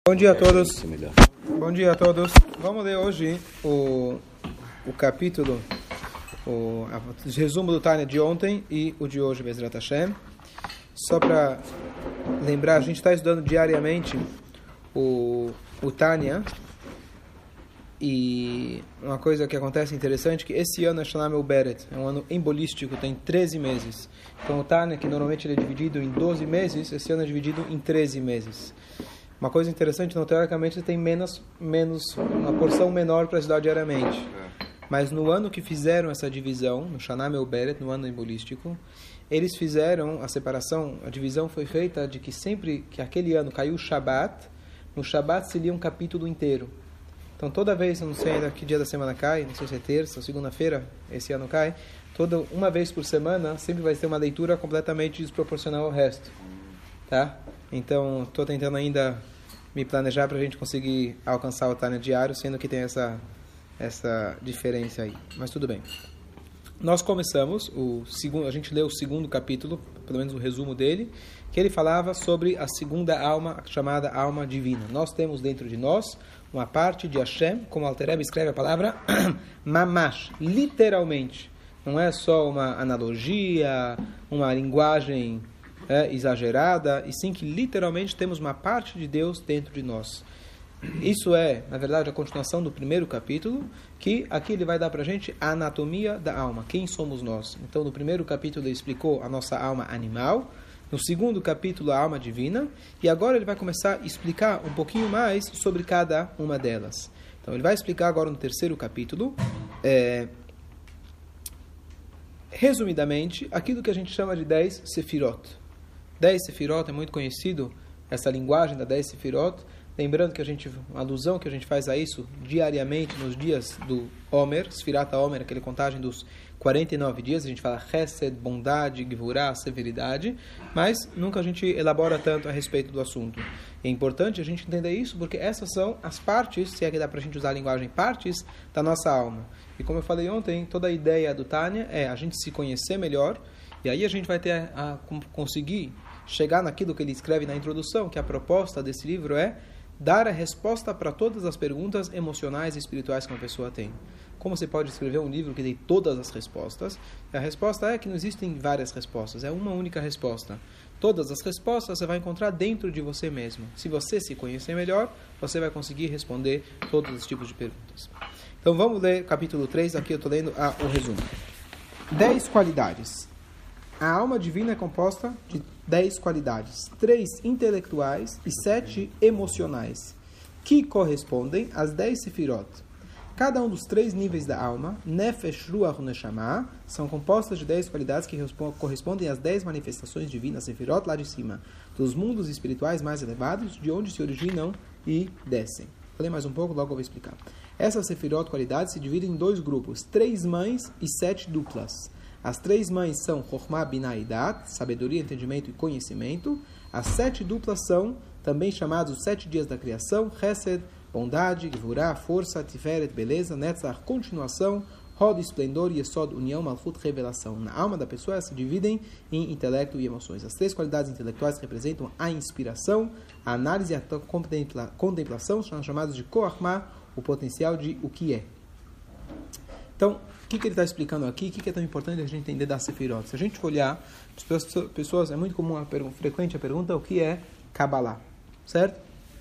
Bom dia a todos. Bom dia a todos. Vamos ler hoje o capítulo, o resumo do Tânia de ontem e o de hoje, Bezrat Hashem. Só para lembrar, a gente está estudando diariamente o Tânia. E uma coisa que acontece interessante é que esse ano é Shana Meuberet, é um ano embolístico, tem 13 meses. Então o Tânia, que normalmente ele é dividido em 12 meses, esse ano é dividido em 13 meses. Uma coisa interessante, não, teoricamente tem menos uma porção menor para estudar diariamente. Mas no ano que fizeram essa divisão, no Shana Meuberet, no ano embolístico, eles fizeram a separação, a divisão foi feita de que sempre que aquele ano caiu o Shabat, no Shabat se lia um capítulo inteiro. Então toda vez, eu não sei ainda que dia da semana cai, não sei se é terça ou segunda-feira, esse ano cai, uma vez por semana sempre vai ter uma leitura completamente desproporcional ao resto. Tá? Então estou tentando ainda me planejar para a gente conseguir alcançar o Tânia diário, sendo que tem essa diferença aí. Mas tudo bem. Nós começamos, a gente leu o segundo capítulo, pelo menos o resumo dele, que ele falava sobre a segunda alma, chamada alma divina. Nós temos dentro de nós uma parte de Hashem, como Alter Rebbe escreve a palavra mamash, literalmente. Não é só uma analogia, uma linguagem exagerada, e sim que literalmente temos uma parte de Deus dentro de nós. Isso é, na verdade, a continuação do primeiro capítulo, que aqui ele vai dar para a gente a anatomia da alma, quem somos nós. Então, no primeiro capítulo ele explicou a nossa alma animal, no segundo capítulo a alma divina, e agora ele vai começar a explicar um pouquinho mais sobre cada uma delas. Então, ele vai explicar agora no terceiro capítulo, resumidamente, aquilo que a gente chama de 10 Sefirot. 10 Sefirot é muito conhecido, essa linguagem da 10 Sefirot, lembrando que a alusão que a gente faz a isso diariamente nos dias do Omer, Sfirat HaOmer, aquela contagem dos 49 dias, a gente fala Chesed, bondade, Gevurah, severidade, mas nunca a gente elabora tanto a respeito do assunto. É importante a gente entender isso, porque essas são as partes, se é que dá para a gente usar a linguagem partes, da nossa alma. E como eu falei ontem, toda a ideia do Tânia é a gente se conhecer melhor, e aí a gente vai ter conseguir chegar naquilo que ele escreve na introdução, que a proposta desse livro é dar a resposta para todas as perguntas emocionais e espirituais que uma pessoa tem. Como você pode escrever um livro que tem todas as respostas? A resposta é que não existem várias respostas, é uma única resposta. Todas as respostas você vai encontrar dentro de você mesmo. Se você se conhecer melhor, você vai conseguir responder todos os tipos de perguntas. Então vamos ler capítulo 3, aqui eu estou lendo o resumo. 10 qualidades. A alma divina é composta de 10 qualidades, 3 intelectuais e 7 emocionais, que correspondem às 10 sefirot. Cada um dos 3 níveis da alma, Nefesh, Ruach e Neshama, são compostas de 10 qualidades que correspondem às 10 manifestações divinas, sefirot, lá de cima, dos mundos espirituais mais elevados, de onde se originam e descem. Falei mais um pouco, logo eu vou explicar. Essas sefirot qualidades se dividem em 2 grupos, 3 mães e 7 duplas. As 3 mães são Chokhmah, Binah e Dat, sabedoria, entendimento e conhecimento. As 7 duplas são também chamados os 7 dias da criação, Chesed, bondade, Gevurah, força, Tiferet, beleza, Netzach, continuação, Hod, esplendor, Yesod, união, Malchut, revelação. Na alma da pessoa elas se dividem em intelecto e emoções. As 3 qualidades intelectuais representam a inspiração, a análise e a contemplação, são chamadas de Koachmah, o potencial de o que é. Então, o que ele está explicando aqui? O que é tão importante a gente entender das Sefirot? Se a gente olhar, as pessoas, é muito comum, frequente a pergunta, o que é Kabbalah? Certo?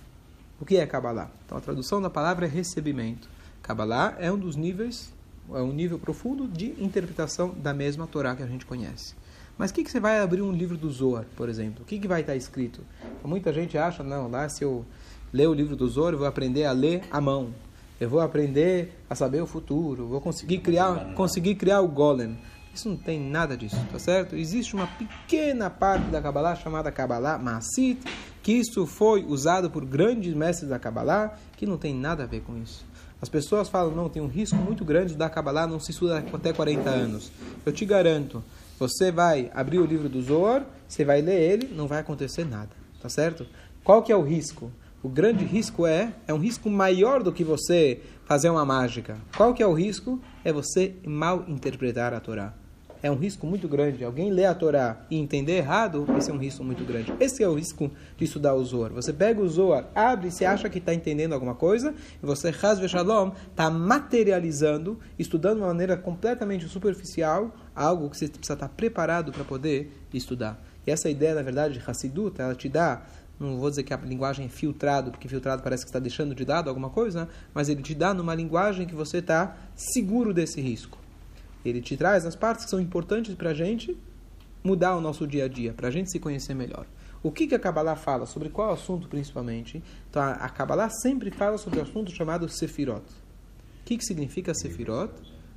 O que é Kabbalah? Então, a tradução da palavra é recebimento. Kabbalah é um dos níveis, é um nível profundo de interpretação da mesma Torá que a gente conhece. Mas o que você vai abrir um livro do Zohar, por exemplo? O que vai estar escrito? Então, muita gente acha, não, lá se eu ler o livro do Zohar, eu vou aprender a ler à mão. Eu vou aprender a saber o futuro, vou conseguir criar o Golem. Isso não tem nada disso, tá certo? Existe uma pequena parte da Kabbalah chamada Kabbalah Maasit, que isso foi usado por grandes mestres da Kabbalah, que não tem nada a ver com isso. As pessoas falam, não, tem um risco muito grande da Kabbalah, não se estuda até 40 anos. Eu te garanto, você vai abrir o livro do Zohar, você vai ler ele, não vai acontecer nada, tá certo? Qual que é o risco? O grande risco é um risco maior do que você fazer uma mágica. Qual que é o risco? É você mal interpretar a Torá. é um risco muito grande. Alguém lê a Torá e entender errado, esse é um risco muito grande. Esse é o risco de estudar o Zohar. Você pega o Zohar, abre e você acha que está entendendo alguma coisa, e você, Chas v'Shalom, está materializando, estudando de uma maneira completamente superficial, algo que você precisa estar preparado para poder estudar. E essa ideia, na verdade, de Hassidut, ela te dá, não vou dizer que a linguagem é filtrado, porque filtrado parece que está deixando de lado alguma coisa, mas ele te dá numa linguagem que você está seguro desse risco. Ele te traz as partes que são importantes para a gente mudar o nosso dia a dia, para a gente se conhecer melhor. O que a Kabbalah fala? Sobre qual assunto, principalmente? Então, a Kabbalah sempre fala sobre o assunto chamado Sefirot. O que significa Sefirot?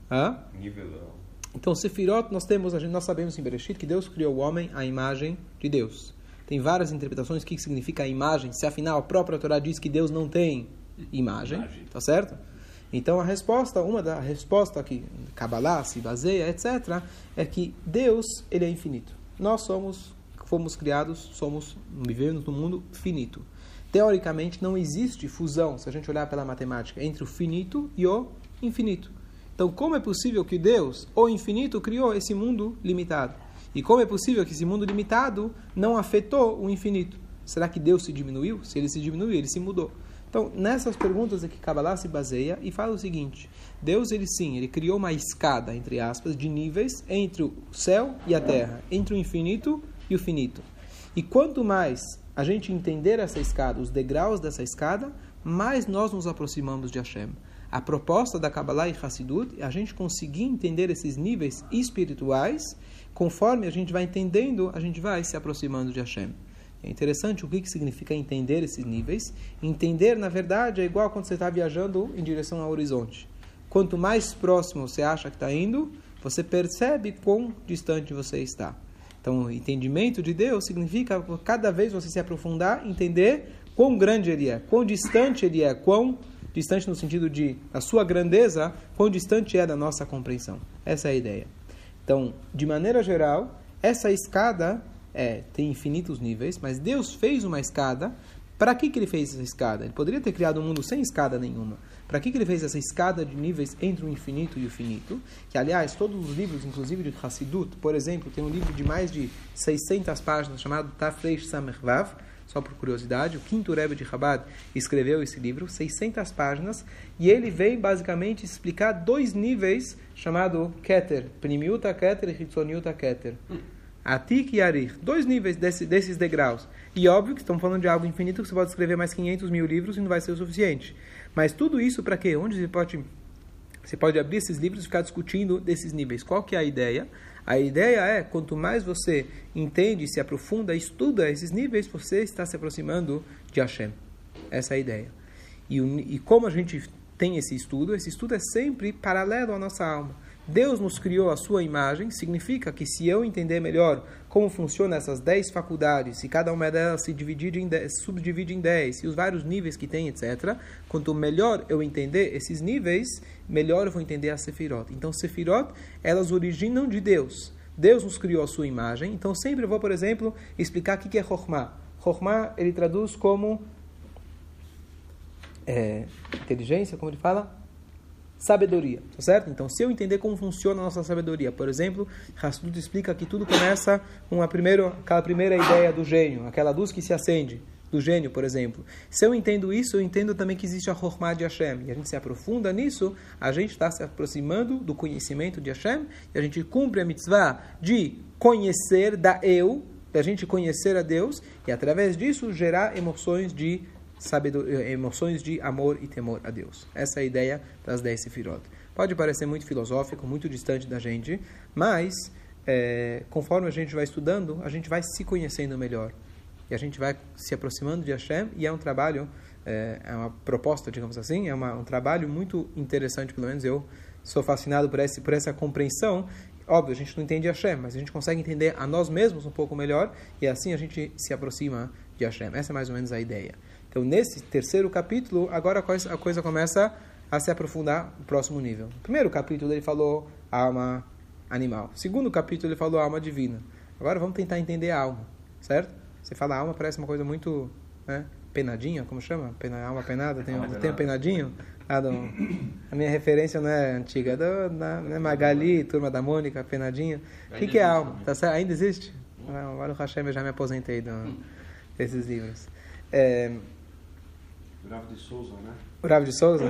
Nível. Então, Sefirot, nós sabemos em Bereshit que Deus criou o homem à imagem de Deus. Tem várias interpretações do que significa a imagem, se afinal a própria Torá diz que Deus não tem imagem. Tá certo? Então, uma da resposta que Kabbalah se baseia, etc., é que Deus, ele é infinito. Nós fomos criados, vivemos num mundo finito. Teoricamente, não existe fusão, se a gente olhar pela matemática, entre o finito e o infinito. Então, como é possível que Deus, o infinito, criou esse mundo limitado? E como é possível que esse mundo limitado não afetou o infinito? Será que Deus se diminuiu? Se ele se diminuiu, ele se mudou. Então, nessas perguntas é que Kabbalah se baseia e fala o seguinte: Deus, ele criou uma escada, entre aspas, de níveis entre o céu e a terra, entre o infinito e o finito. E quanto mais a gente entender essa escada, os degraus dessa escada, mais nós nos aproximamos de Hashem. A proposta da Kabbalah e Hassidut é a gente conseguir entender esses níveis espirituais, conforme a gente vai entendendo, a gente vai se aproximando de Hashem. É interessante o que significa entender esses níveis. Entender, na verdade, é igual quando você está viajando em direção ao horizonte. Quanto mais próximo você acha que está indo, você percebe quão distante você está. Então, o entendimento de Deus significa, cada vez você se aprofundar, entender quão grande ele é, quão distante ele é, quão distante no sentido de a sua grandeza, quão distante é da nossa compreensão. Essa é a ideia. Então, de maneira geral, essa escada tem infinitos níveis, mas Deus fez uma escada. Para que ele fez essa escada? Ele poderia ter criado um mundo sem escada nenhuma. Para que ele fez essa escada de níveis entre o infinito e o finito? Que, aliás, todos os livros, inclusive de Hassidut, por exemplo, tem um livro de mais de 600 páginas chamado Tafreish Samech Vav, só por curiosidade, o quinto Rebbe de Chabad escreveu esse livro, 600 páginas, e ele vem basicamente explicar 2 níveis chamado Keter, Pnimiuta Keter e Hitzoniuta Keter. Atik e Arich, 2 níveis desses degraus. E óbvio que estamos falando de algo infinito, que você pode escrever mais 500 mil livros e não vai ser o suficiente. Mas tudo isso para quê? Onde você pode abrir esses livros e ficar discutindo desses níveis. Qual que é a ideia? A ideia é, quanto mais você entende, se aprofunda, estuda esses níveis, você está se aproximando de Hashem. Essa é a ideia. E como a gente tem esse estudo é sempre paralelo à nossa alma. Deus nos criou a sua imagem, significa que se eu entender melhor como funcionam essas 10 faculdades, se cada uma delas se subdivide em 10, e os vários níveis que tem, etc., quanto melhor eu entender esses níveis, melhor eu vou entender a Sefirot. Então, Sefirot, elas originam de Deus. Deus nos criou a sua imagem, então sempre eu vou, por exemplo, explicar o que é Chokhmah. Chokhmah, ele traduz como inteligência, como ele fala? Sabedoria, tá certo? Então, se eu entender como funciona a nossa sabedoria, por exemplo, Hassidut explica que tudo começa com aquela primeira ideia do gênio, aquela luz que se acende, do gênio, por exemplo. Se eu entendo isso, eu entendo também que existe a Chokhmah de Hashem, e a gente se aprofunda nisso, a gente está se aproximando do conhecimento de Hashem, e a gente cumpre a mitzvah de conhecer, da a gente conhecer a Deus, e através disso gerar emoções de amor e temor a Deus. Essa é a ideia das 10 Sefirot. Pode parecer muito filosófico, muito distante da gente, mas conforme a gente vai estudando, a gente vai se conhecendo melhor. E a gente vai se aproximando de Hashem, e é um trabalho, é uma proposta, digamos assim, um trabalho muito interessante, pelo menos eu sou fascinado por essa compreensão. Óbvio, a gente não entende Hashem, mas a gente consegue entender a nós mesmos um pouco melhor, e assim a gente se aproxima de Hashem. Essa é mais ou menos a ideia. Então, nesse terceiro capítulo, agora a coisa começa a se aprofundar no próximo nível. No primeiro capítulo, ele falou alma animal. No segundo capítulo, ele falou alma divina. Agora, vamos tentar entender a alma, certo? Você fala alma, parece uma coisa muito penadinho, como chama? Alma penada, tem um penadinho. A minha referência não é antiga, é Magali, Turma da Mônica, penadinho. O que é alma? Tá certo? Ainda existe? Agora o Hashem, eu já me aposentei desses livros. Rav de Souza, né? O Rav de Souza?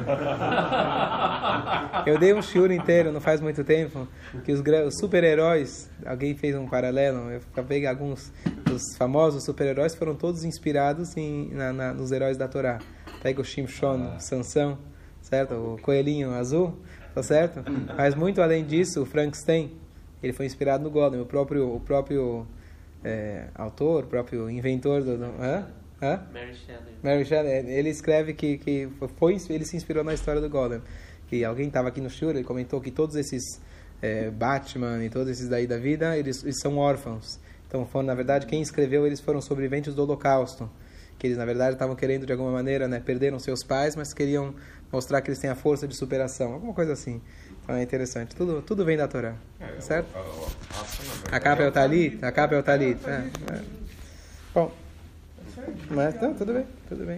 Eu dei um shiur inteiro, não faz muito tempo, que os super-heróis, alguém fez um paralelo, eu peguei alguns dos famosos super-heróis, foram todos inspirados nos heróis da Torá. Pega o Shimshon, Sansão, certo? O coelhinho azul, tá certo? Mas muito além disso, o Frankenstein, ele foi inspirado no Golem, o próprio autor, o próprio inventor Mary Shelley, ele escreve que ele se inspirou na história do Golem. Que alguém estava aqui no Shur, ele comentou que todos esses Batman e todos esses daí da vida, eles são órfãos. Então, na verdade, quem escreveu, eles foram sobreviventes do Holocausto. Que eles, na verdade, estavam querendo, de alguma maneira, né, perderam seus pais, mas queriam mostrar que eles têm a força de superação. Alguma coisa assim. Então, é interessante. Tudo vem da Torá. Certo? A capa é o talit. Bom. Mas não, tudo bem.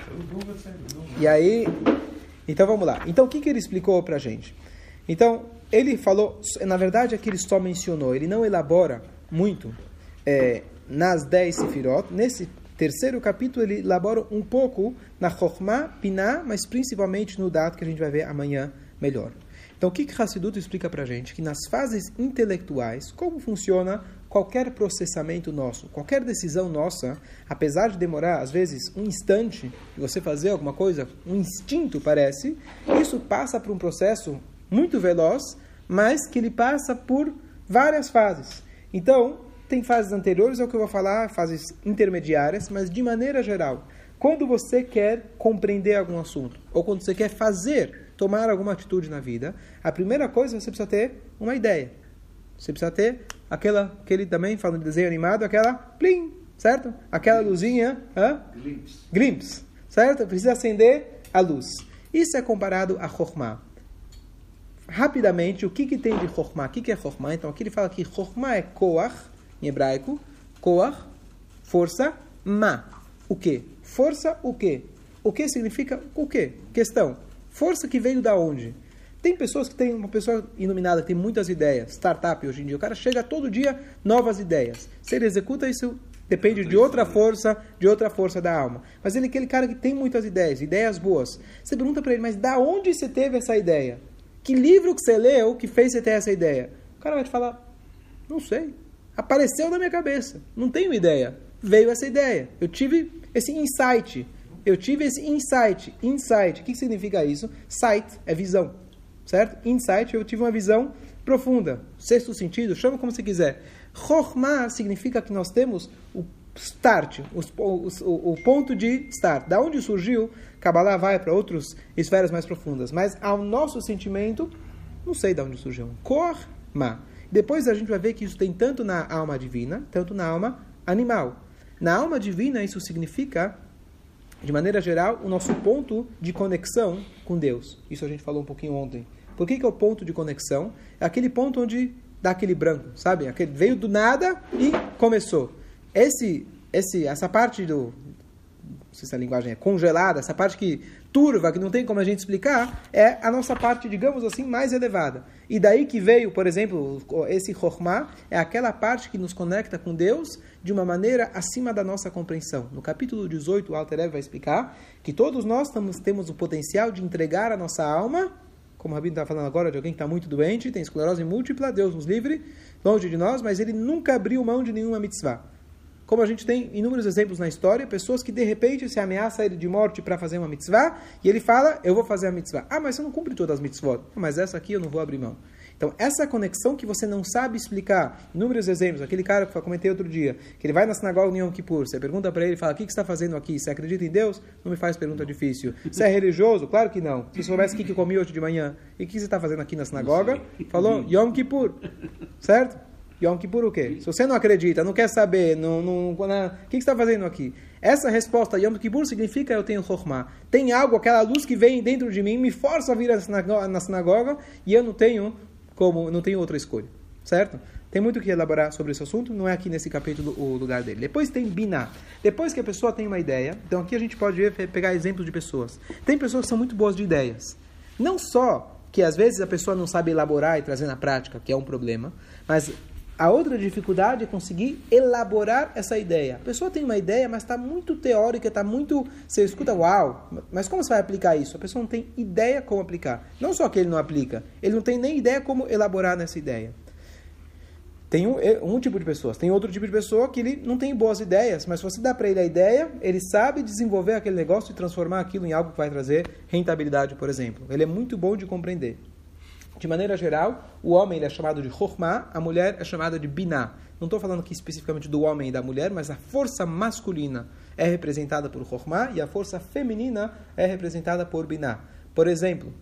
E aí, então vamos lá. Então o que ele explicou pra gente? Então, ele falou, na verdade é que ele só mencionou, ele não elabora muito nas 10 Sefirot. Nesse terceiro capítulo ele elabora um pouco na Chokhmah, Pinah, mas principalmente no dado que a gente vai ver amanhã melhor. Então o que Hassidut explica pra gente? Que nas fases intelectuais, como funciona qualquer processamento nosso, qualquer decisão nossa, apesar de demorar, às vezes, um instante de você fazer alguma coisa, um instinto parece, isso passa por um processo muito veloz, mas que ele passa por várias fases. Então, tem fases anteriores ao que eu vou falar, fases intermediárias, mas de maneira geral, quando você quer compreender algum assunto, ou quando você quer tomar alguma atitude na vida, a primeira coisa você precisa ter uma ideia. Você precisa ter aquele também, falando de desenho animado, aquela plim, certo? Aquela luzinha, glimpse, certo? Precisa acender a luz. Isso é comparado a Chokhmah. Rapidamente, o que tem de Chokhmah? O que é Chokhmah? Então, aqui ele fala que Chokhmah é Koach, em hebraico. Koach, força, ma. O quê? Força, o quê? O que significa o quê? Questão. Força que veio da onde? Tem pessoas que têm, uma pessoa iluminada que tem muitas ideias, startup hoje em dia, o cara chega todo dia novas ideias. Se ele executa isso, depende de outra força da alma. Mas ele é aquele cara que tem muitas ideias boas. Você pergunta para ele, mas da onde você teve essa ideia? Que livro que você leu que fez você ter essa ideia? O cara vai te falar, não sei. Apareceu na minha cabeça, não tenho ideia. Veio essa ideia, eu tive esse insight. Insight. O que significa isso? Sight é visão. Certo? Insight, eu tive uma visão profunda. Sexto sentido, chama como você quiser. Chokhmah significa que nós temos o start, o ponto de start. Da onde surgiu, Kabbalah vai para outras esferas mais profundas. Mas ao nosso sentimento, não sei de onde surgiu. Chokhmah. Depois a gente vai ver que isso tem tanto na alma divina, tanto na alma animal. Na alma divina, isso significa, de maneira geral, o nosso ponto de conexão com Deus. Isso a gente falou um pouquinho ontem. Por que é o ponto de conexão? É aquele ponto onde dá aquele branco, sabe? Aquele veio do nada e começou. Essa parte do... Não sei se a linguagem é congelada, essa parte que turva, que não tem como a gente explicar, é a nossa parte, digamos assim, mais elevada. E daí que veio, por exemplo, esse Chokhmah, é aquela parte que nos conecta com Deus de uma maneira acima da nossa compreensão. No capítulo 18, o Alter Rebbe vai explicar que todos nós temos o potencial de entregar a nossa alma, como o Rabino está falando agora de alguém que está muito doente, tem esclerose múltipla, Deus nos livre, longe de nós, mas ele nunca abriu mão de nenhuma mitzvah. Como a gente tem inúmeros exemplos na história, pessoas que de repente se ameaçam ele de morte para fazer uma mitzvah, e ele fala, eu vou fazer a mitzvah. Ah, mas você não cumpre todas as mitzvot. Mas essa aqui eu não vou abrir mão. Então, essa conexão que você não sabe explicar, inúmeros exemplos, aquele cara que eu comentei outro dia, que ele vai na sinagoga em Yom Kippur, você pergunta para ele, fala, o que você está fazendo aqui? Você acredita em Deus? Não me faz pergunta difícil. Você é religioso? Claro que não. Se você soubesse o que eu comi hoje de manhã, e o que você está fazendo aqui na sinagoga? Falou, Yom Kippur. Certo? Yom Kippur o quê? Se você não acredita, não quer saber, o que você está fazendo aqui? Essa resposta, Yom Kippur, significa eu tenho Chokhmah. Tem algo, aquela luz que vem dentro de mim, me força a vir na sinagoga, e eu não tenho outra escolha. Certo? Tem muito o que elaborar sobre esse assunto, não é aqui nesse capítulo o lugar dele. Depois tem Binah. Depois que a pessoa tem uma ideia, então aqui a gente pode pegar exemplos de pessoas. Tem pessoas que são muito boas de ideias. Não só que às vezes a pessoa não sabe elaborar e trazer na prática, que é um problema, mas a outra dificuldade é conseguir elaborar essa ideia. A pessoa tem uma ideia, mas está muito teórica, está muito... Você escuta, uau, mas como você vai aplicar isso? A pessoa não tem ideia como aplicar. Não só que ele não aplica, ele não tem nem ideia como elaborar nessa ideia. Tem um tipo de pessoas. Tem outro tipo de pessoa que ele não tem boas ideias, mas se você dá para ele a ideia, ele sabe desenvolver aquele negócio e transformar aquilo em algo que vai trazer rentabilidade, por exemplo. Ele é muito bom de compreender. De maneira geral, o homem ele é chamado de Chokhmah, a mulher é chamada de Binah. Não estou falando aqui especificamente do homem e da mulher, mas a força masculina é representada por Chokhmah e a força feminina é representada por Binah. Por exemplo,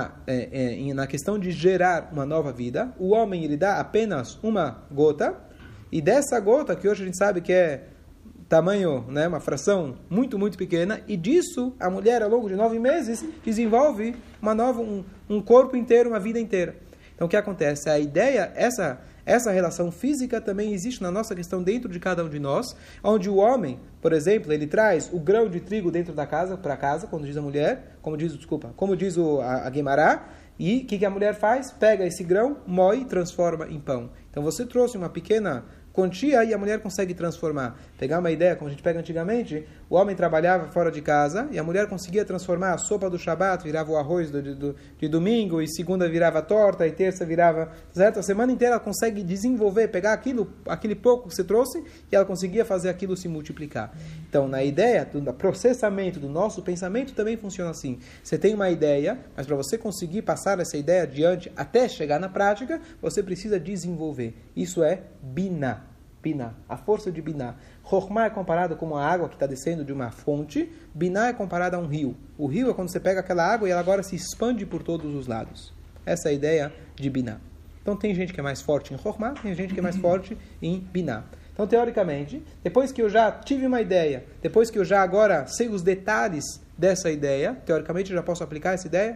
na questão de gerar uma nova vida, o homem ele dá apenas uma gota, e dessa gota, que hoje a gente sabe que é tamanho, né, uma fração muito, muito pequena, e disso a mulher, ao longo de 9 meses, desenvolve um corpo inteiro, uma vida inteira. Então, o que acontece? A ideia, essa relação física também existe na nossa questão dentro de cada um de nós, onde o homem, por exemplo, ele traz o grão de trigo dentro da casa, para casa, quando diz a mulher, como diz a Guemará, e o que a mulher faz? Pega esse grão, moe e transforma em pão. Então, você trouxe uma pequena quantia e a mulher consegue transformar. Pegar uma ideia, como a gente pega antigamente, o homem trabalhava fora de casa e a mulher conseguia transformar a sopa do Shabat, virava o arroz de domingo, e segunda virava torta, e terça virava... Certo? A semana inteira ela consegue desenvolver, pegar aquele pouco que você trouxe, e ela conseguia fazer aquilo se multiplicar. Então, na ideia do processamento do nosso pensamento também funciona assim. Você tem uma ideia, mas para você conseguir passar essa ideia adiante até chegar na prática, você precisa desenvolver. Isso é Binah. Binah, a força de Binah. Chokhmah é comparada com a água que está descendo de uma fonte. Binah é comparada a um rio. O rio é quando você pega aquela água e ela agora se expande por todos os lados. Essa é a ideia de Binah. Então tem gente que é mais forte em Chokhmah, tem gente que é mais forte em Binah. Então, teoricamente, depois que eu já tive uma ideia, depois que eu já agora sei os detalhes dessa ideia, teoricamente eu já posso aplicar essa ideia?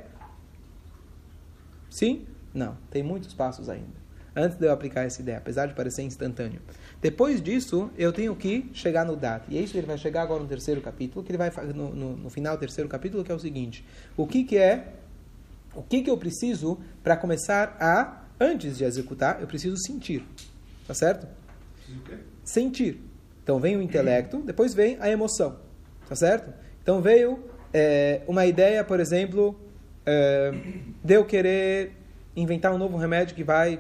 Sim? Não. Tem muitos passos ainda antes de eu aplicar essa ideia, apesar de parecer instantâneo. Depois disso, eu tenho que chegar no Dat. E é isso que ele vai chegar agora no terceiro capítulo, que ele vai no final do terceiro capítulo, que é o seguinte. O que eu preciso para começar antes de executar, eu preciso sentir. Tá certo? Sentir. Então vem o intelecto, depois vem a emoção. Tá certo? Então veio uma ideia, por exemplo, de eu querer inventar um novo remédio que vai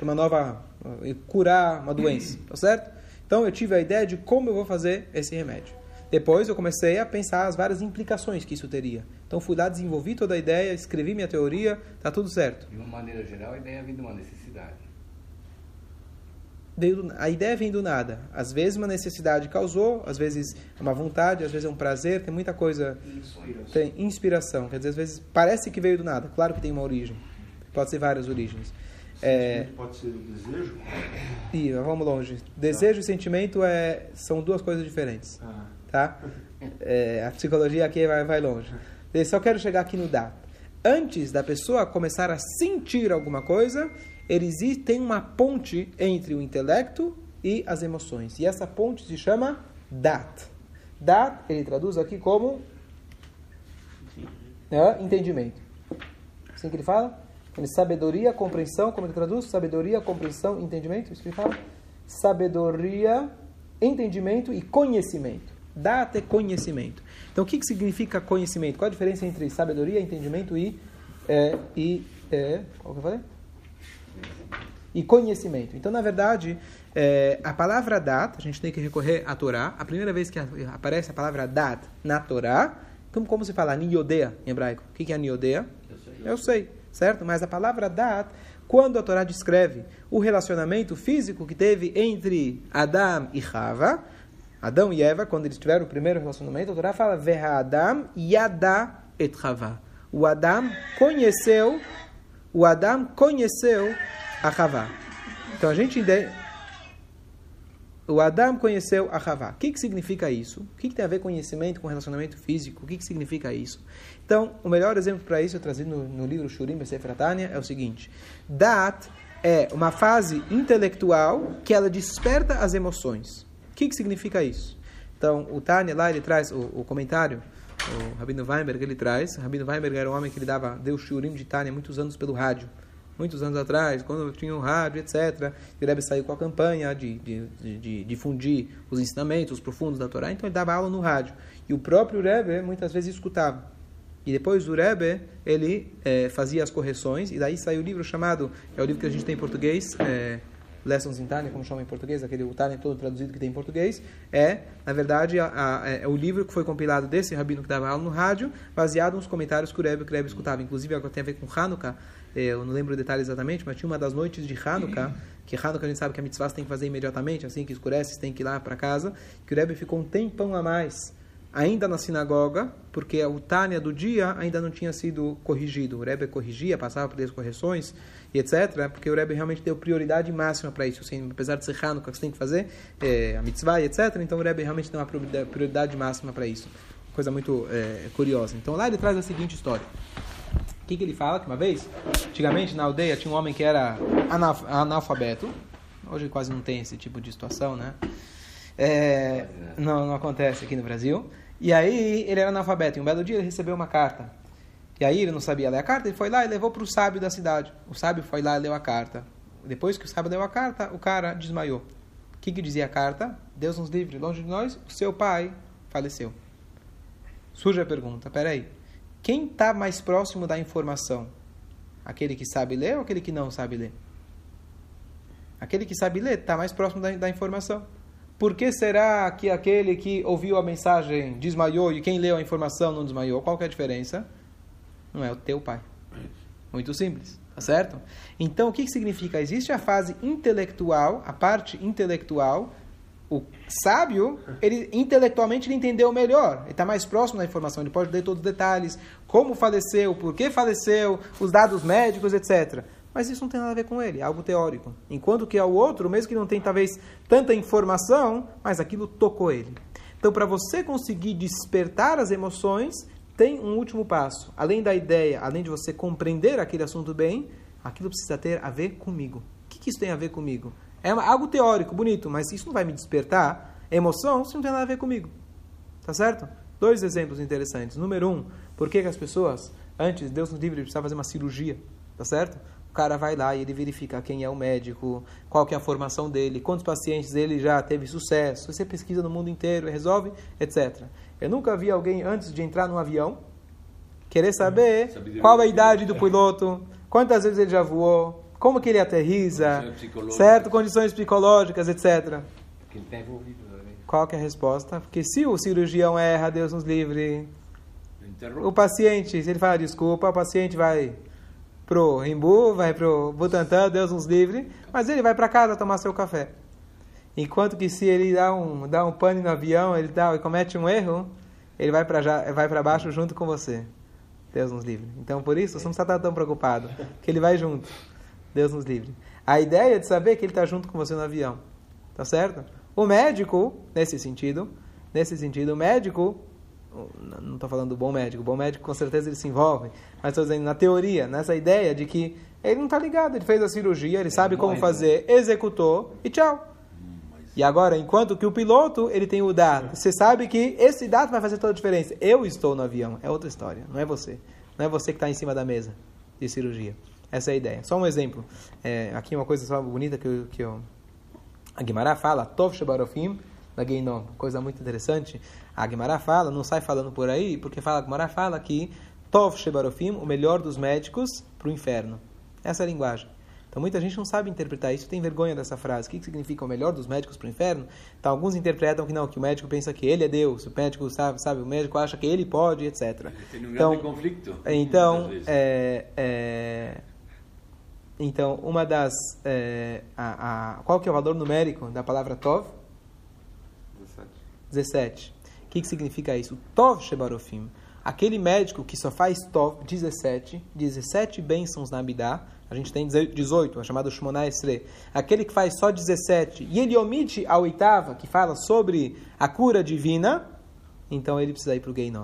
curar uma doença, tá certo? Então eu tive a ideia de como eu vou fazer esse remédio. Depois eu comecei a pensar as várias implicações que isso teria. Então fui lá, desenvolvi toda a ideia, escrevi minha teoria, tá tudo certo. De uma maneira geral, a ideia vem de uma necessidade. A ideia vem do nada. Às vezes uma necessidade causou, às vezes é uma vontade, às vezes é um prazer, tem muita coisa... Tem inspiração. Quer dizer, às vezes parece que veio do nada. Claro que tem uma origem. Pode ser várias origens. Pode ser o desejo? Vamos longe. Desejo e sentimento são duas coisas diferentes. Tá? A psicologia aqui vai longe. Eu só quero chegar aqui no Dat. Antes da pessoa começar a sentir alguma coisa, tem uma ponte entre o intelecto e as emoções. E essa ponte se chama Dat. Dat, ele traduz aqui como entendimento. Assim que ele fala? Sabedoria, compreensão, como ele traduz? Sabedoria, compreensão, entendimento, isso que ele fala? Sabedoria, entendimento e conhecimento. Dat é conhecimento. Então, o que significa conhecimento? Qual a diferença entre sabedoria, entendimento qual que eu falei? E conhecimento. Então, na verdade, a palavra Dat, a gente tem que recorrer à Torá. A primeira vez que aparece a palavra Dat na Torá, então, como se fala Niodea em hebraico? O que é Niodea? Eu sei. Certo? Mas a palavra Dat, quando a Torá descreve o relacionamento físico que teve entre Adão e Chava, Adão e Eva, quando eles tiveram o primeiro relacionamento, a Torá fala Veha Adam yada et Chava. O Adão conheceu a Chava. Então a gente entende. O Adão conheceu a Chava. O que significa isso? O que tem a ver conhecimento com relacionamento físico? O que significa isso? Então, o melhor exemplo para isso, eu trazido no livro Shurim Besefer Tanya, é o seguinte. Dat é uma fase intelectual que ela desperta as emoções. O que significa isso? Então, o Tânia lá, ele traz o comentário, o Rabino Weinberg, ele traz. O Rabino Weinberg era um homem que ele deu shiurim de Tânia muitos anos pelo rádio. Muitos anos atrás, quando tinha um rádio, etc. O Rebbe saiu com a campanha de difundir os ensinamentos profundos da Torá, então ele dava aula no rádio. E o próprio Rebbe muitas vezes escutava. E depois o Rebbe, ele fazia as correções, e daí saiu o livro chamado, é o livro que a gente tem em português, Lessons in Tânia, como chama em português, aquele o Tânia todo traduzido que tem em português, na verdade, é o livro que foi compilado desse rabino que dava aula no rádio, baseado nos comentários que o Rebbe escutava. Inclusive, agora tem a ver com Hanukkah, eu não lembro o detalhe exatamente, mas tinha uma das noites de Hanukkah, que Hanukkah a gente sabe que a mitzvah você tem que fazer imediatamente, assim que escurece, você tem que ir lá para casa, que o Rebbe ficou um tempão a mais ainda na sinagoga, porque o Tânia do dia ainda não tinha sido corrigido. O Rebbe corrigia, passava por as correções e etc., porque o Rebbe realmente deu prioridade máxima para isso. Assim, apesar de ser Hanukkah que você tem que fazer a mitzvah e etc., então o Rebbe realmente deu uma prioridade máxima para isso. Coisa muito curiosa. Então lá ele traz a seguinte história. O que ele fala? Que uma vez, antigamente na aldeia tinha um homem que era analfabeto. Hoje quase não tem esse tipo de situação, né? Não acontece aqui no Brasil. E aí ele era analfabeto. E um belo dia ele recebeu uma carta. E aí ele não sabia ler a carta. Ele foi lá e levou para o sábio da cidade. O sábio foi lá e leu a carta. Depois que o sábio leu a carta, o cara desmaiou. O que dizia a carta? Deus nos livre, longe de nós, o seu pai faleceu. Surge a pergunta, peraí. Quem está mais próximo da informação? Aquele que sabe ler ou aquele que não sabe ler? Aquele que sabe ler está mais próximo da informação. Por que será que aquele que ouviu a mensagem desmaiou e quem leu a informação não desmaiou? Qual que é a diferença? Não é o teu pai. Muito simples, tá certo? Então, o que significa? Existe a fase intelectual, a parte intelectual. O sábio, intelectualmente ele entendeu melhor, ele está mais próximo da informação, ele pode ler todos os detalhes, como faleceu, por que faleceu, os dados médicos, etc. Mas isso não tem nada a ver com ele, é algo teórico. Enquanto que ao outro, mesmo que não tenha talvez tanta informação, mas aquilo tocou ele. Então, para você conseguir despertar as emoções, tem um último passo. Além da ideia, além de você compreender aquele assunto bem, aquilo precisa ter a ver comigo. O que isso tem a ver comigo? É algo teórico, bonito, mas isso não vai me despertar emoção se não tem nada a ver comigo. Tá certo? 2 exemplos interessantes. Número 1, por que as pessoas, antes, Deus nos livre, precisava fazer uma cirurgia? Tá certo? O cara vai lá e ele verifica quem é o médico, qual que é a formação dele, quantos pacientes ele já teve sucesso. Você pesquisa no mundo inteiro e resolve, etc. Eu nunca vi alguém, antes de entrar num avião, querer saber qual é a idade do piloto, quantas vezes ele já voou, como que ele aterriza, certo? Condições psicológicas, etc. Qual que é a resposta? Porque se o cirurgião erra, Deus nos livre. O paciente, se ele fala desculpa, o paciente vai pro Rimbu, vai pro Butantã, Deus nos livre, mas ele vai para casa tomar seu café. Enquanto que se ele dá um pane no avião, ele comete um erro, ele vai para baixo junto com você. Deus nos livre. Então, por isso, você não precisa estar tão preocupado, que ele vai junto. Deus nos livre. A ideia é de saber que ele está junto com você no avião. Tá certo? O médico, nesse sentido, o médico, não estou falando do bom médico, o bom médico com certeza ele se envolve, mas estou dizendo na teoria, nessa ideia de que ele não está ligado, ele fez a cirurgia, ele sabe como fazer, executou e tchau. E agora, enquanto que o piloto, ele tem o dado. Você sabe que esse dado vai fazer toda a diferença. Eu estou no avião, é outra história, não é você. Não é você que está em cima da mesa de cirurgia. Essa é a ideia. Só um exemplo. Aqui uma coisa só bonita que a Guimará fala, Tov Shebarofim, da Geinom. Coisa muito interessante. A Guimará fala, não sai falando por aí, porque a Guimará fala que Tov Shebarofim, o melhor dos médicos, para o inferno. Essa é a linguagem. Então muita gente não sabe interpretar isso, tem vergonha dessa frase. O que significa o melhor dos médicos para o inferno? Então alguns interpretam que não, que o médico pensa que ele é Deus, o médico sabe, o médico acha que ele pode, etc. Tem um grande conflito. Então, uma das... qual que é o valor numérico da palavra Tov? 17. O que significa isso? Tov Shebarofim. Aquele médico que só faz Tov, 17 bênçãos na Abidá, a gente tem 18, é chamado Shmonah Esrei. Aquele que faz só 17, e ele omite a 8ª, que fala sobre a cura divina, então ele precisa ir para o Geinom.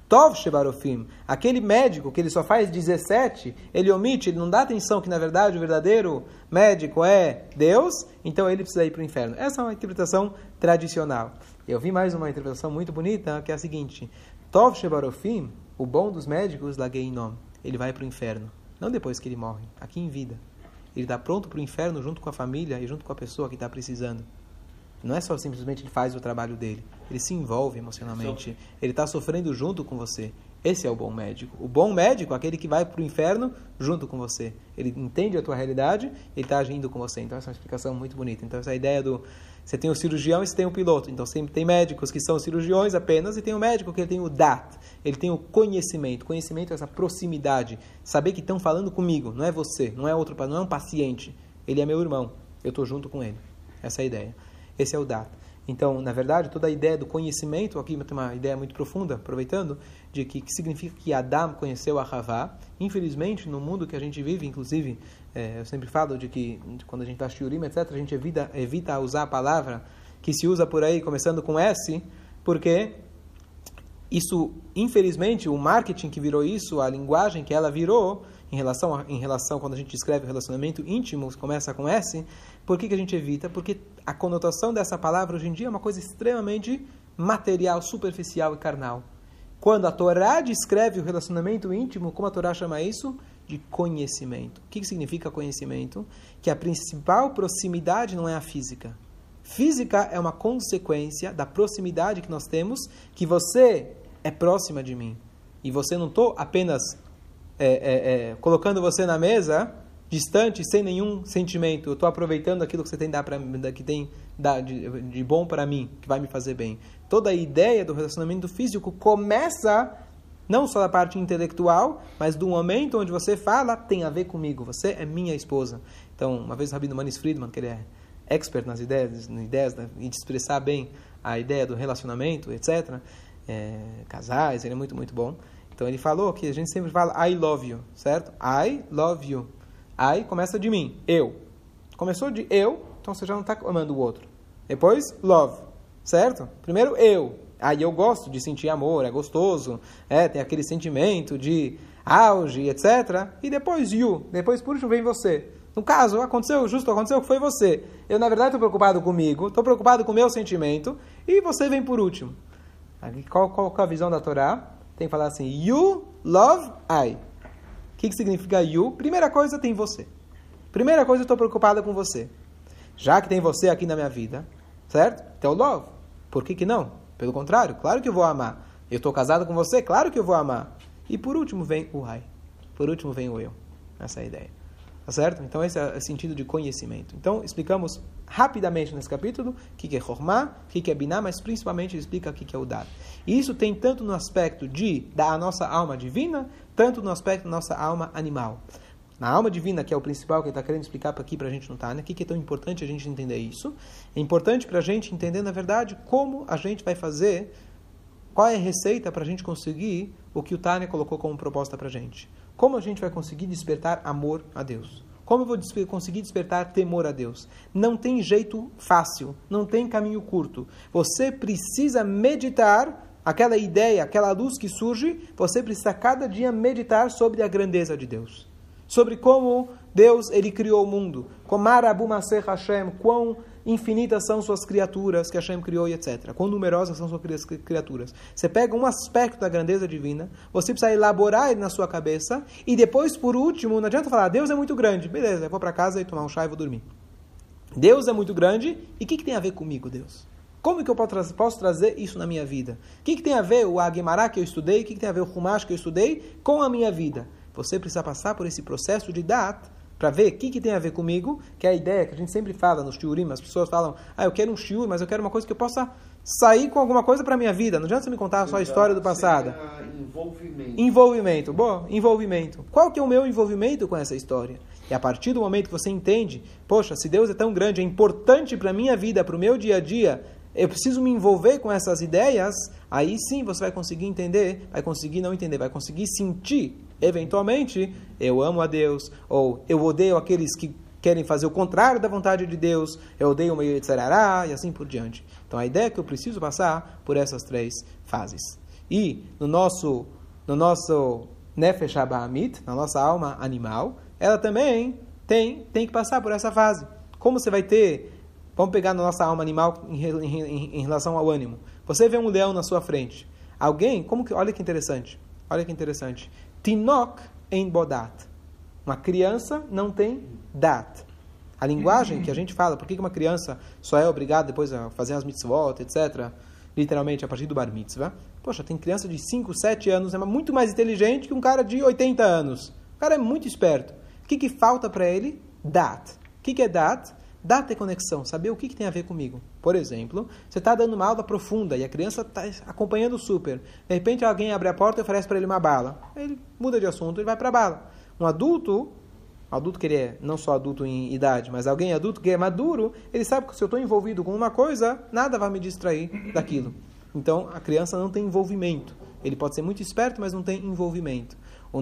Tov Shebarofim, aquele médico que ele só faz 17, ele omite, ele não dá atenção que na verdade o verdadeiro médico é Deus, então ele precisa ir para o inferno. Essa é uma interpretação tradicional. Eu vi mais uma interpretação muito bonita, que é a seguinte: Tov Shebarofim, o bom dos médicos, Lageinom, ele vai para o inferno, não depois que ele morre, aqui em vida. Ele está pronto para o inferno junto com a família e junto com a pessoa que está precisando. Não é só simplesmente ele faz o trabalho dele. Ele se envolve emocionalmente. Ele está sofrendo junto com você. Esse é o bom médico. O bom médico é aquele que vai para o inferno junto com você. Ele entende a tua realidade, ele está agindo com você. Então essa é uma explicação muito bonita. Então essa ideia do... Você tem o cirurgião e você tem o piloto. Então sempre tem médicos que são cirurgiões apenas e tem o médico que ele tem o dat. Ele tem o conhecimento. Conhecimento é essa proximidade. Saber que estão falando comigo. Não é você, não é outro, não é um paciente. Ele é meu irmão. Eu estou junto com ele. Essa é a ideia. Esse é o dat. Então, na verdade, toda a ideia do conhecimento, aqui tem uma ideia muito profunda, aproveitando, de que significa que Adam conheceu a Havá. Infelizmente, no mundo que a gente vive, inclusive, eu sempre falo de que quando a gente está shiurim, etc., a gente evita usar a palavra que se usa por aí, começando com S, porque isso, infelizmente, o marketing que virou isso, a linguagem que ela virou, em relação quando a gente escreve o relacionamento íntimo, começa com S, por que a gente evita? Porque a conotação dessa palavra hoje em dia é uma coisa extremamente material, superficial e carnal. Quando a Torá descreve o relacionamento íntimo, como a Torá chama isso? De conhecimento. O que significa conhecimento? Que a principal proximidade não é a física. Física é uma consequência da proximidade que nós temos, que você é próxima de mim. E você não estou apenas colocando você na mesa, distante, sem nenhum sentimento. Eu estou aproveitando aquilo que você tem de bom para mim, que vai me fazer bem. Toda a ideia do relacionamento físico começa não só da parte intelectual, mas do momento onde você fala, tem a ver comigo. Você é minha esposa. Então, uma vez o Rabino Manis Friedman, que ele é expert nas ideias e de expressar bem a ideia do relacionamento, etc., casais, ele é muito, muito bom. Então ele falou que a gente sempre fala I love you, certo? I love you. I começa de mim, eu. Começou de eu, então você já não está amando o outro. Depois, love, certo? Primeiro, eu. Aí eu gosto de sentir amor, é gostoso, tem aquele sentimento de auge, etc. E depois, you. Depois, por último, vem você. No caso, aconteceu que foi você. Eu, na verdade, estou preocupado comigo, estou preocupado com o meu sentimento, e você vem por último. Qual é a visão da Torá? Tem que falar assim, you love I. O que significa you? Primeira coisa, tem você. Primeira coisa, eu estou preocupado com você. Já que tem você aqui na minha vida, certo? Então, love. Por que não? Pelo contrário, claro que eu vou amar. Eu estou casado com você, claro que eu vou amar. E por último vem o I. Por último vem o eu. Essa é a ideia. Tá certo? Então esse é o sentido de conhecimento. Então explicamos rapidamente nesse capítulo o que é Chokhmah, o que é Binah, mas principalmente ele explica o que é o Dad. E isso tem tanto no aspecto da nossa alma divina, tanto no aspecto da nossa alma animal. Na alma divina, que é o principal que ele está querendo explicar aqui para a gente não tá, né? O que é tão importante a gente entender isso? É importante para a gente entender, na verdade, como a gente vai fazer, qual é a receita para a gente conseguir o que o Tânia colocou como proposta para a gente. Como a gente vai conseguir despertar amor a Deus? Como eu vou conseguir despertar temor a Deus? Não tem jeito fácil, não tem caminho curto. Você precisa meditar aquela ideia, aquela luz que surge, você precisa cada dia meditar sobre a grandeza de Deus. Sobre como Deus ele criou o mundo. Como Arabu Maser Hashem, quão infinitas são suas criaturas que Hashem criou e etc. Quão numerosas são suas criaturas. Você pega um aspecto da grandeza divina, você precisa elaborar ele na sua cabeça, e depois, por último, não adianta falar, Deus é muito grande. Beleza, eu vou para casa e tomar um chá e vou dormir. Deus é muito grande, e o que tem a ver comigo, Deus? Como que eu posso trazer isso na minha vida? O que tem a ver o Aguimará que eu estudei, o que tem a ver o Humash que eu estudei com a minha vida? Você precisa passar por esse processo de Dat, para ver o que tem a ver comigo, que é a ideia que a gente sempre fala nos shiurim. As pessoas falam, eu quero um shiur, mas eu quero uma coisa que eu possa sair com alguma coisa para a minha vida. Não adianta você me contar só a história do passado. Envolvimento. Boa, envolvimento. Qual que é o meu envolvimento com essa história? E a partir do momento que você entende, poxa, se Deus é tão grande, é importante para a minha vida, para o meu dia a dia, eu preciso me envolver com essas ideias, aí sim você vai conseguir entender, vai conseguir não entender, vai conseguir sentir, eventualmente, eu amo a Deus, ou eu odeio aqueles que querem fazer o contrário da vontade de Deus, eu odeio o meio de Sarará, e assim por diante. Então a ideia é que eu preciso passar por essas três fases. e no nosso Nefesh Abahamit, na nossa alma animal, ela também tem que passar por essa fase. Como você vai ter... Vamos pegar na nossa alma animal em relação ao ânimo. Você vê um leão na sua frente. Alguém, olha que interessante. Tinok em bodat. Uma criança não tem dat. A linguagem que a gente fala, por que uma criança só é obrigada depois a fazer as mitzvot, etc., literalmente a partir do bar mitzvah. Poxa, tem criança de 5, 7 anos, é muito mais inteligente que um cara de 80 anos. O cara é muito esperto. O que falta para ele? Dat. O que é dat? Dat é conexão, saber o que tem a ver comigo. Por exemplo, você está dando uma aula profunda e a criança está acompanhando super. De repente alguém abre a porta e oferece para ele uma bala. Ele muda de assunto, ele vai para a bala. Um adulto que ele é não só adulto em idade, mas alguém adulto que é maduro, ele sabe que se eu estou envolvido com uma coisa, nada vai me distrair daquilo. Então, a criança não tem envolvimento. Ele pode ser muito esperto, mas não tem envolvimento.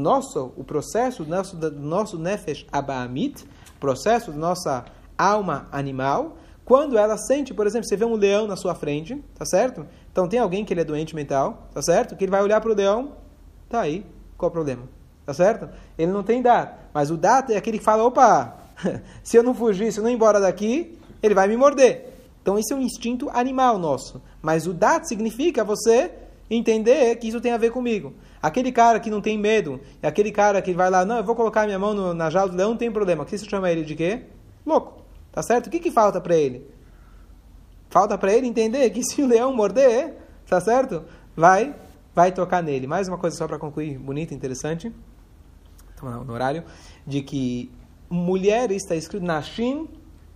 O processo do nosso Nefesh Abahamit, o processo da nossa alma animal, quando ela sente, por exemplo, você vê um leão na sua frente, tá certo? Então tem alguém que ele é doente mental, tá certo? Que ele vai olhar para o leão, tá aí, qual o problema? Tá certo? Ele não tem dat, mas o dat é aquele que fala, opa, se eu não fugir, se eu não ir embora daqui, ele vai me morder. Então esse é um instinto animal nosso, mas o dat significa você entender que isso tem a ver comigo. Aquele cara que não tem medo, é aquele cara que vai lá, não, eu vou colocar minha mão na jaula do leão, não tem problema. O que você chama ele de quê? Louco. Tá certo? O que falta para ele? Falta para ele entender que se o leão morder, tá certo? Vai tocar nele. Mais uma coisa só para concluir, bonita, interessante. Estamos no horário. De que mulheres, está escrito Nashim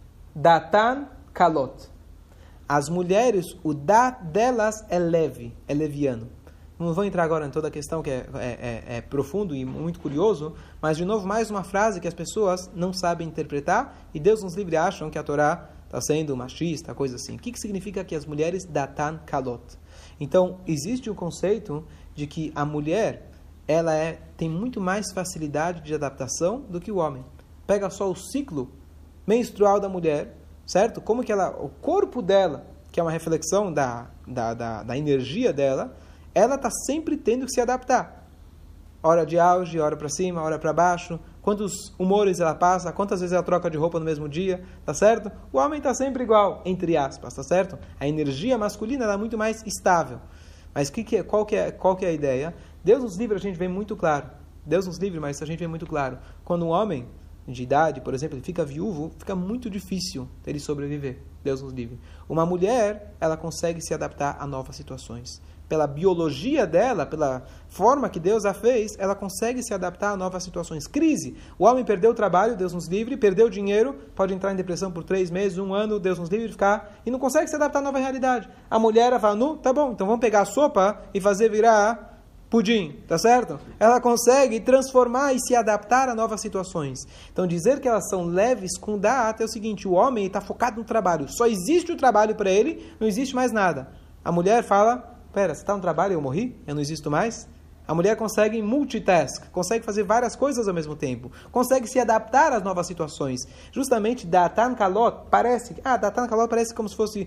Datan Kalot. As mulheres, o dat delas é leve, é leviano. Não vou entrar agora em toda a questão que é profundo e muito curioso, mas, de novo, mais uma frase que as pessoas não sabem interpretar e Deus nos livre acham que a Torá está sendo machista, coisa assim. O que significa que as mulheres datan kalot? Então, existe o conceito de que a mulher ela tem muito mais facilidade de adaptação do que o homem. Pega só o ciclo menstrual da mulher, certo? Como que o corpo dela, que é uma reflexão da energia dela, ela está sempre tendo que se adaptar. Hora de auge, hora para cima, hora para baixo. Quantos humores ela passa, quantas vezes ela troca de roupa no mesmo dia, tá certo? O homem está sempre igual, entre aspas, tá certo? A energia masculina ela é muito mais estável. Mas qual que é a ideia? Deus nos livre, a gente vê muito claro. Deus nos livre, mas a gente vê muito claro. Quando um homem de idade, por exemplo, ele fica viúvo, fica muito difícil ele sobreviver. Deus nos livre. Uma mulher, ela consegue se adaptar a novas situações. Pela biologia dela, pela forma que Deus a fez, ela consegue se adaptar a novas situações. Crise. O homem perdeu o trabalho, Deus nos livre, perdeu o dinheiro, pode entrar em depressão por 3 meses, 1 ano, Deus nos livre, ficar, e não consegue se adaptar à nova realidade. A mulher fala, não, tá bom, então vamos pegar a sopa e fazer virar pudim, tá certo? Ela consegue transformar e se adaptar a novas situações. Então, dizer que elas são leves com data é o seguinte, o homem está focado no trabalho, só existe o trabalho para ele, não existe mais nada. A mulher fala, pera, você está no trabalho e eu morri? Eu não existo mais? A mulher consegue multitask, consegue fazer várias coisas ao mesmo tempo, consegue se adaptar às novas situações. Justamente, Datan Kalot parece como se fosse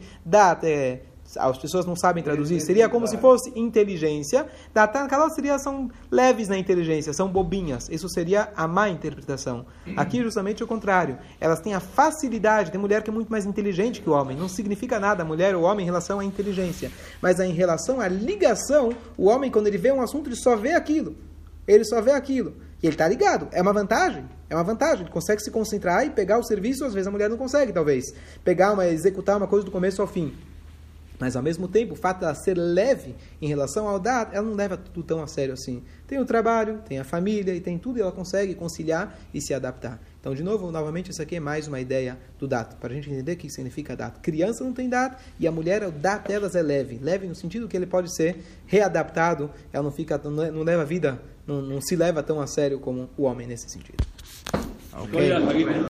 as pessoas não sabem traduzir, seria como se fosse inteligência. Datan Kalot são leves na inteligência, são bobinhas. Isso seria a má interpretação. Aqui justamente o contrário. Elas têm a facilidade, tem mulher que é muito mais inteligente que o homem. Não significa nada a mulher ou o homem em relação à inteligência. Mas em relação à ligação, o homem quando ele vê um assunto, ele só vê aquilo. Ele só vê aquilo. E ele está ligado. É uma vantagem. Ele consegue se concentrar e pegar o serviço, às vezes a mulher não consegue, talvez. Executar uma coisa do começo ao fim. Mas, ao mesmo tempo, o fato de ela ser leve em relação ao dado, ela não leva tudo tão a sério assim. Tem o trabalho, tem a família, e tem tudo, e ela consegue conciliar e se adaptar. Então, novamente, isso aqui é mais uma ideia do dado, para a gente entender o que significa dado. Criança não tem dado, e a mulher, o dado delas é leve. Leve no sentido que ele pode ser readaptado, ela não leva a vida, não se leva tão a sério como o homem nesse sentido. Okay.